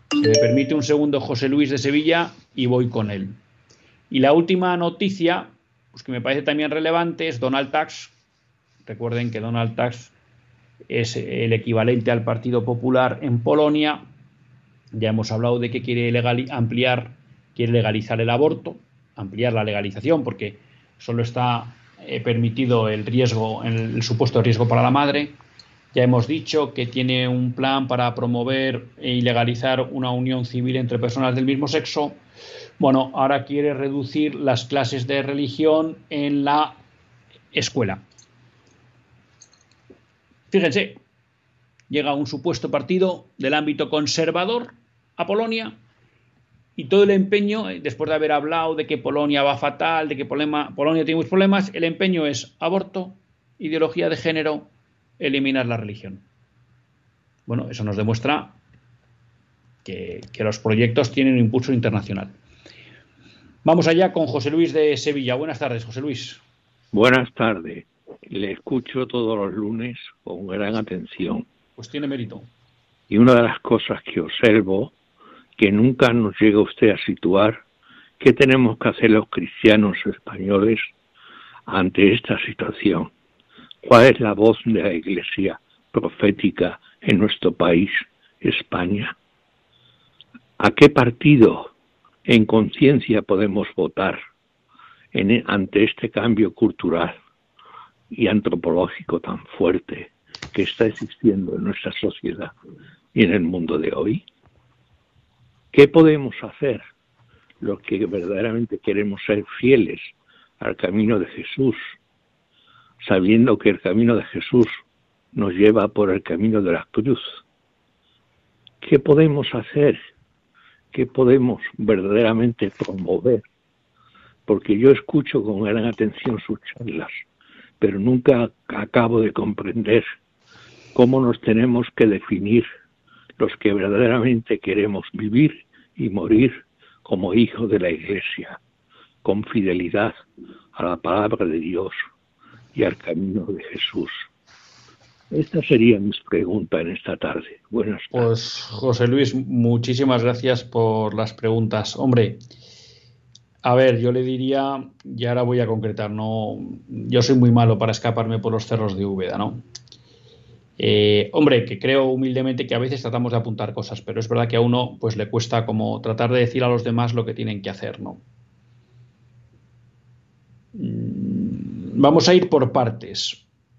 Si me permite un segundo, José Luis de Sevilla, y voy con él. Y la última noticia, pues que me parece también relevante, es Donald Tusk. Recuerden que Donald Tusk es el equivalente al Partido Popular en Polonia. Ya hemos hablado de que quiere legalizar el aborto, ampliar la legalización, porque solo está permitido el supuesto riesgo para la madre. Ya hemos dicho que tiene un plan para promover y legalizar una unión civil entre personas del mismo sexo. Bueno, ahora quiere reducir las clases de religión en la escuela. Fíjense, llega un supuesto partido del ámbito conservador a Polonia y todo el empeño, después de haber hablado de que Polonia va fatal, de que Polonia tiene muchos problemas, el empeño es aborto, ideología de género, eliminar la religión. Bueno, eso nos demuestra que los proyectos tienen un impulso internacional. Vamos allá con José Luis de Sevilla. Buenas tardes, José Luis. Buenas tardes. Le escucho todos los lunes con gran atención. Pues tiene mérito. Y una de las cosas que observo, que nunca nos llega usted a situar, ¿qué tenemos que hacer los cristianos españoles ante esta situación? ¿Cuál es la voz de la Iglesia profética en nuestro país, España? ¿A qué partido en conciencia podemos votar ante este cambio cultural y antropológico tan fuerte que está existiendo en nuestra sociedad y en el mundo de hoy? ¿Qué podemos hacer los que verdaderamente queremos ser fieles al camino de Jesús, sabiendo que el camino de Jesús nos lleva por el camino de la cruz? ¿Qué podemos hacer? ¿Qué podemos verdaderamente promover? Porque yo escucho con gran atención sus charlas, pero nunca acabo de comprender cómo nos tenemos que definir los que verdaderamente queremos vivir y morir como hijos de la Iglesia, con fidelidad a la palabra de Dios y al camino de Jesús. Esta sería mi pregunta en esta tarde. Buenas tardes. Pues José Luis, muchísimas gracias por las preguntas. Hombre, a ver, yo le diría, y ahora voy a concretar, no, yo soy muy malo para escaparme por los cerros de Úbeda, ¿no? Hombre, que creo humildemente que a veces tratamos de apuntar cosas, pero es verdad que a uno pues le cuesta como tratar de decir a los demás lo que tienen que hacer, ¿no? Vamos a ir por partes.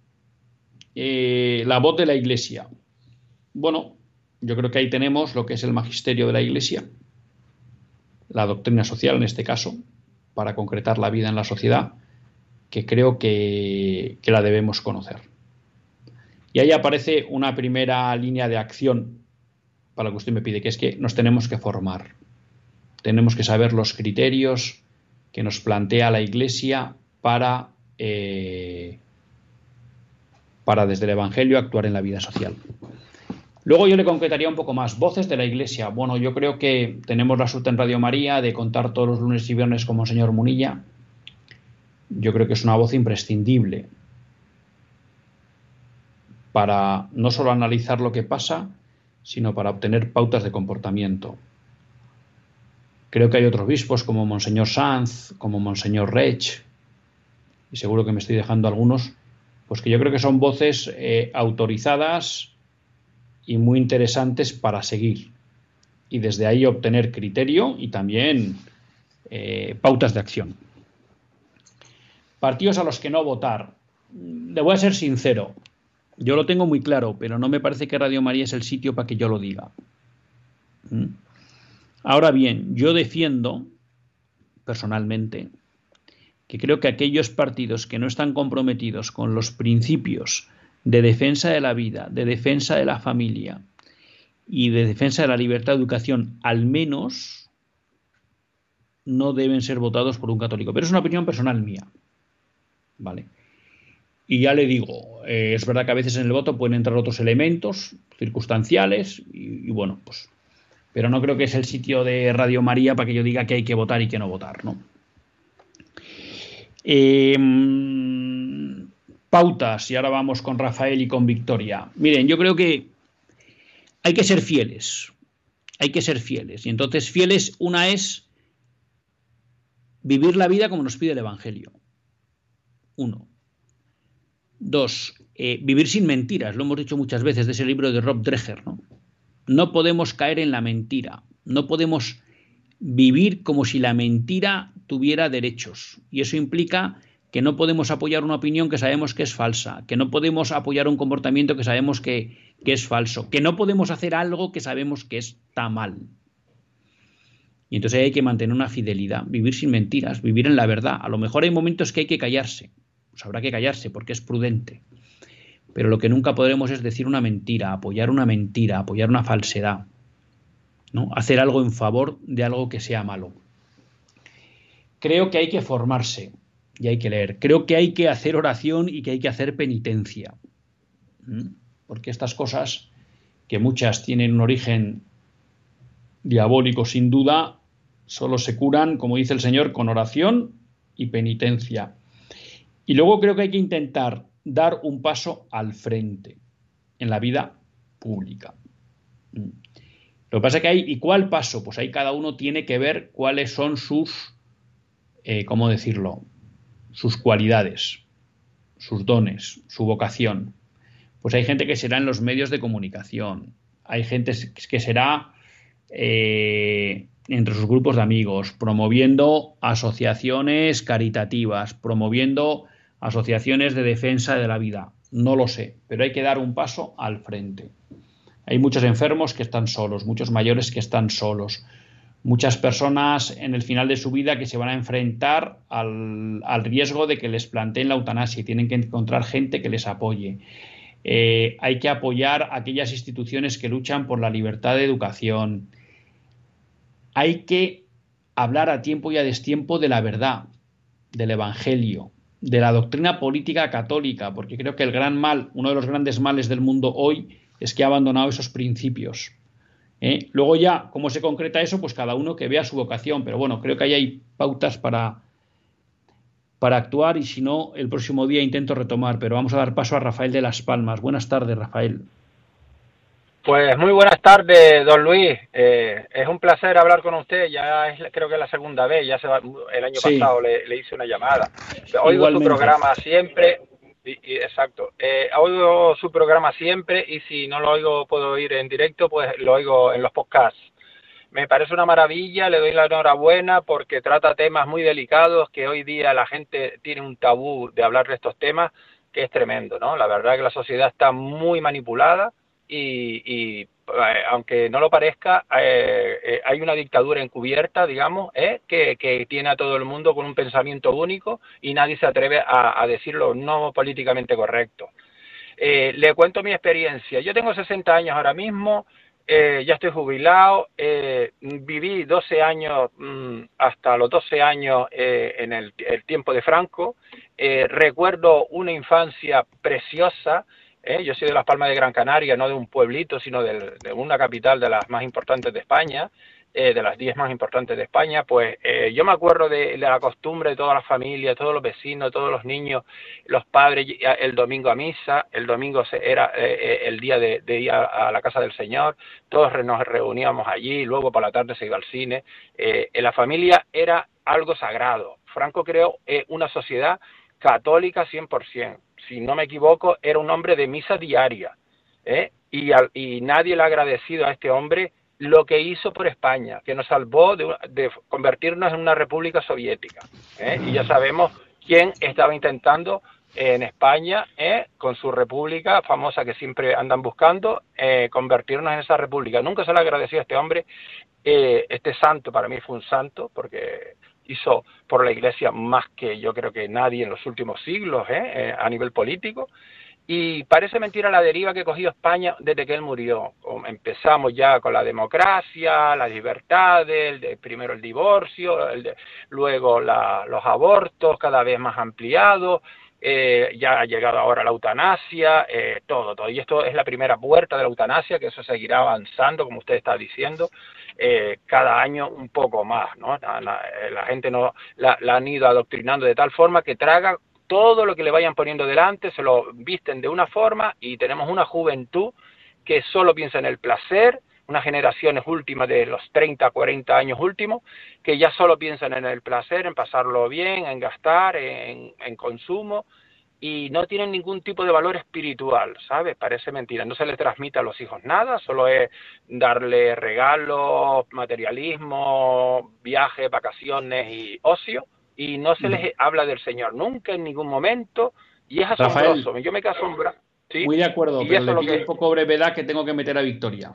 La voz de la Iglesia. Bueno, yo creo que ahí tenemos lo que es el magisterio de la Iglesia, la doctrina social en este caso, para concretar la vida en la sociedad, que creo que la debemos conocer. Y ahí aparece una primera línea de acción para lo que usted me pide, que es que nos tenemos que formar. Tenemos que saber los criterios que nos plantea la Iglesia para desde el Evangelio actuar en la vida social. Luego yo le concretaría un poco más. Voces de la Iglesia. Bueno, yo creo que tenemos la suerte en Radio María de contar todos los lunes y viernes con Monseñor Munilla. Yo creo que es una voz imprescindible para no solo analizar lo que pasa, sino para obtener pautas de comportamiento. Creo que hay otros obispos como Monseñor Sanz, como Monseñor Rech, y seguro que me estoy dejando algunos, pues que yo creo que son voces autorizadas y muy interesantes para seguir. Y desde ahí obtener criterio y también pautas de acción. Partidos a los que no votar. Le voy a ser sincero. Yo lo tengo muy claro, pero no me parece que Radio María es el sitio para que yo lo diga. Ahora bien, yo defiendo, personalmente, que creo que aquellos partidos que no están comprometidos con los principios de defensa de la vida, de defensa de la familia y de defensa de la libertad de educación, al menos no deben ser votados por un católico. Pero es una opinión personal mía. ¿Vale? Y ya le digo, es verdad que a veces en el voto pueden entrar otros elementos circunstanciales y bueno, pues, pero no creo que es el sitio de Radio María para que yo diga que hay que votar y que no votar, ¿no? Pautas, y ahora vamos con Rafael y con Victoria. Miren, yo creo que hay que ser fieles Hay que ser fieles. Y entonces fieles, una es vivir la vida como nos pide el Evangelio. 1. 2. Vivir sin mentiras. Lo hemos dicho muchas veces de ese libro de Rob Dreher, ¿no? No podemos caer en la mentira. No podemos vivir como si la mentira tuviera derechos. Y eso implica que no podemos apoyar una opinión que sabemos que es falsa, que no podemos apoyar un comportamiento que sabemos que es falso, que no podemos hacer algo que sabemos que está mal. Y entonces hay que mantener una fidelidad, vivir sin mentiras, vivir en la verdad. A lo mejor hay momentos que hay que callarse, pues habrá que callarse porque es prudente. Pero lo que nunca podremos es decir una mentira, apoyar una falsedad, ¿no? Hacer algo en favor de algo que sea malo. Creo que hay que formarse y hay que leer. Creo que hay que hacer oración y que hay que hacer penitencia. Porque estas cosas, que muchas tienen un origen diabólico sin duda, solo se curan, como dice el Señor, con oración y penitencia. Y luego creo que hay que intentar dar un paso al frente en la vida pública. Lo que pasa es que hay, ¿y cuál paso? Pues ahí cada uno tiene que ver cuáles son sus, ¿cómo decirlo? Sus cualidades, sus dones, su vocación. Pues hay gente que será en los medios de comunicación, hay gente que será entre sus grupos de amigos, promoviendo asociaciones caritativas, promoviendo asociaciones de defensa de la vida. No lo sé, pero hay que dar un paso al frente. Hay muchos enfermos que están solos, muchos mayores que están solos, muchas personas en el final de su vida que se van a enfrentar al riesgo de que les planteen la eutanasia y tienen que encontrar gente que les apoye. Hay que apoyar a aquellas instituciones que luchan por la libertad de educación. Hay que hablar a tiempo y a destiempo de la verdad, del Evangelio, de la doctrina política católica, porque creo que el gran mal, uno de los grandes males del mundo hoy, es que ha abandonado esos principios. Luego ya, ¿cómo se concreta eso? Pues cada uno que vea su vocación, pero bueno, creo que ahí hay pautas para actuar y si no, el próximo día intento retomar, pero vamos a dar paso a Rafael de Las Palmas. Buenas tardes, Rafael. Pues muy buenas tardes, don Luis. Es un placer hablar con usted. Ya creo que es la segunda vez. El año pasado le hice una llamada. Oigo su programa siempre. Exacto. Oigo su programa siempre y si no lo oigo, puedo oír en directo, pues lo oigo en los podcasts. Me parece una maravilla, le doy la enhorabuena porque trata temas muy delicados que hoy día la gente tiene un tabú de hablar de estos temas que es tremendo, ¿no? La verdad que la sociedad está muy manipulada y aunque no lo parezca, hay una dictadura encubierta, digamos, que tiene a todo el mundo con un pensamiento único y nadie se atreve a decirlo no políticamente correcto. Le cuento mi experiencia. Yo tengo 60 años ahora mismo. Ya estoy jubilado, viví 12 años, hasta los 12 años en el tiempo de Franco, recuerdo una infancia preciosa, yo soy de Las Palmas de Gran Canaria, no de un pueblito, sino de una capital de las más importantes de España, de las 10 más importantes de España, pues yo me acuerdo de la costumbre de todas las familias, todos los vecinos, todos los niños, los padres, el domingo a misa, el domingo era el día de ir a la casa del Señor, todos nos reuníamos allí, luego por la tarde se iba al cine, en la familia era algo sagrado. Franco creó una sociedad católica 100%, si no me equivoco, era un hombre de misa diaria, y nadie le ha agradecido a este hombre lo que hizo por España, que nos salvó de convertirnos en una república soviética, y ya sabemos quién estaba intentando en España, con su república famosa que siempre andan buscando, convertirnos en esa república. Nunca se le agradeció a este hombre, este santo, para mí fue un santo, porque hizo por la Iglesia más que yo creo que nadie en los últimos siglos, a nivel político. Y parece mentira la deriva que cogió España desde que él murió. Empezamos ya con la democracia, las libertades, primero el divorcio, luego los abortos cada vez más ampliados, ya ha llegado ahora la eutanasia, todo. Y esto es la primera puerta de la eutanasia, que eso seguirá avanzando, como usted está diciendo, cada año un poco más, ¿no? La gente la han ido adoctrinando de tal forma que traga todo lo que le vayan poniendo delante, se lo visten de una forma y tenemos una juventud que solo piensa en el placer, unas generaciones últimas de los 30, 40 años últimos, que ya solo piensan en el placer, en pasarlo bien, en gastar, en consumo, y no tienen ningún tipo de valor espiritual, ¿sabes? Parece mentira, no se les transmite a los hijos nada, solo es darle regalos, materialismo, viajes, vacaciones y ocio, y no se les habla del Señor nunca, en ningún momento, y es asombroso. Rafael, yo me quedo asombrado. ¿Sí? Muy de acuerdo, pero le pido un poco brevedad que tengo que meter a Victoria.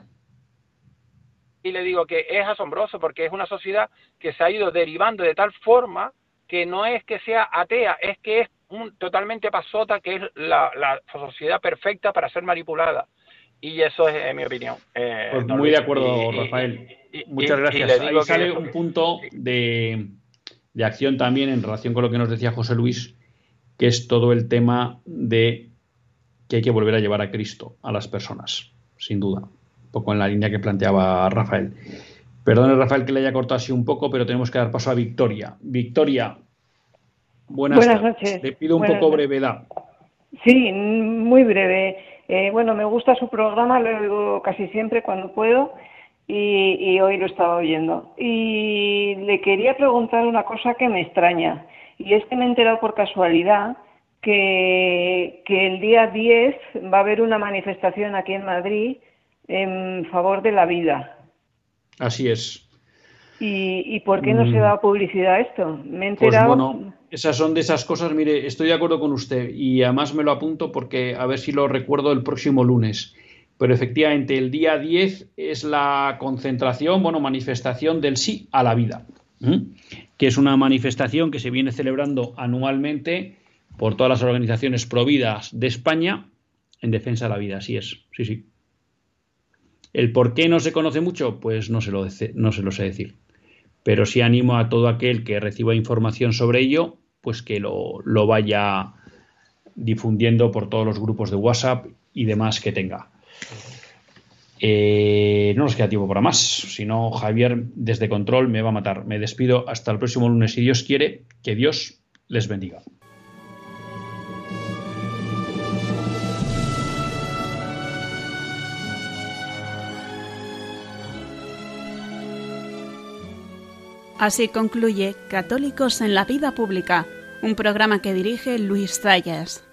Y le digo que es asombroso porque es una sociedad que se ha ido derivando de tal forma que no es que sea atea, es que es totalmente pasota, que es la sociedad perfecta para ser manipulada. Y eso es mi opinión. Pues muy de acuerdo, Rafael. Muchas gracias. Ahí sale un punto de acción también en relación con lo que nos decía José Luis, que es todo el tema de que hay que volver a llevar a Cristo a las personas, sin duda. Un poco en la línea que planteaba Rafael. Perdone, Rafael, que le haya cortado así un poco, pero tenemos que dar paso a Victoria. Victoria, buenas noches. Le pido un poco brevedad. Sí, muy breve. Bueno, me gusta su programa, lo oigo casi siempre cuando puedo y hoy lo estaba oyendo. Y le quería preguntar una cosa que me extraña, y es que me he enterado por casualidad que el día 10 va a haber una manifestación aquí en Madrid en favor de la vida. Así es. ¿Y por qué no se da publicidad a esto? Me he enterado... Pues bueno, esas son de esas cosas. Mire, estoy de acuerdo con usted y además me lo apunto porque a ver si lo recuerdo el próximo lunes. Pero efectivamente el día 10 es la concentración, manifestación del sí a la vida, que es una manifestación que se viene celebrando anualmente por todas las organizaciones providas de España en defensa de la vida. Así es, sí. ¿El por qué no se conoce mucho? Pues no se lo sé decir. Pero sí animo a todo aquel que reciba información sobre ello, pues que lo vaya difundiendo por todos los grupos de WhatsApp y demás que tenga. No nos queda tiempo para más. Si no, Javier, desde Control, me va a matar. Me despido hasta el próximo lunes, si Dios quiere. Que Dios les bendiga. Así concluye Católicos en la Vida Pública, un programa que dirige Luis Zayas.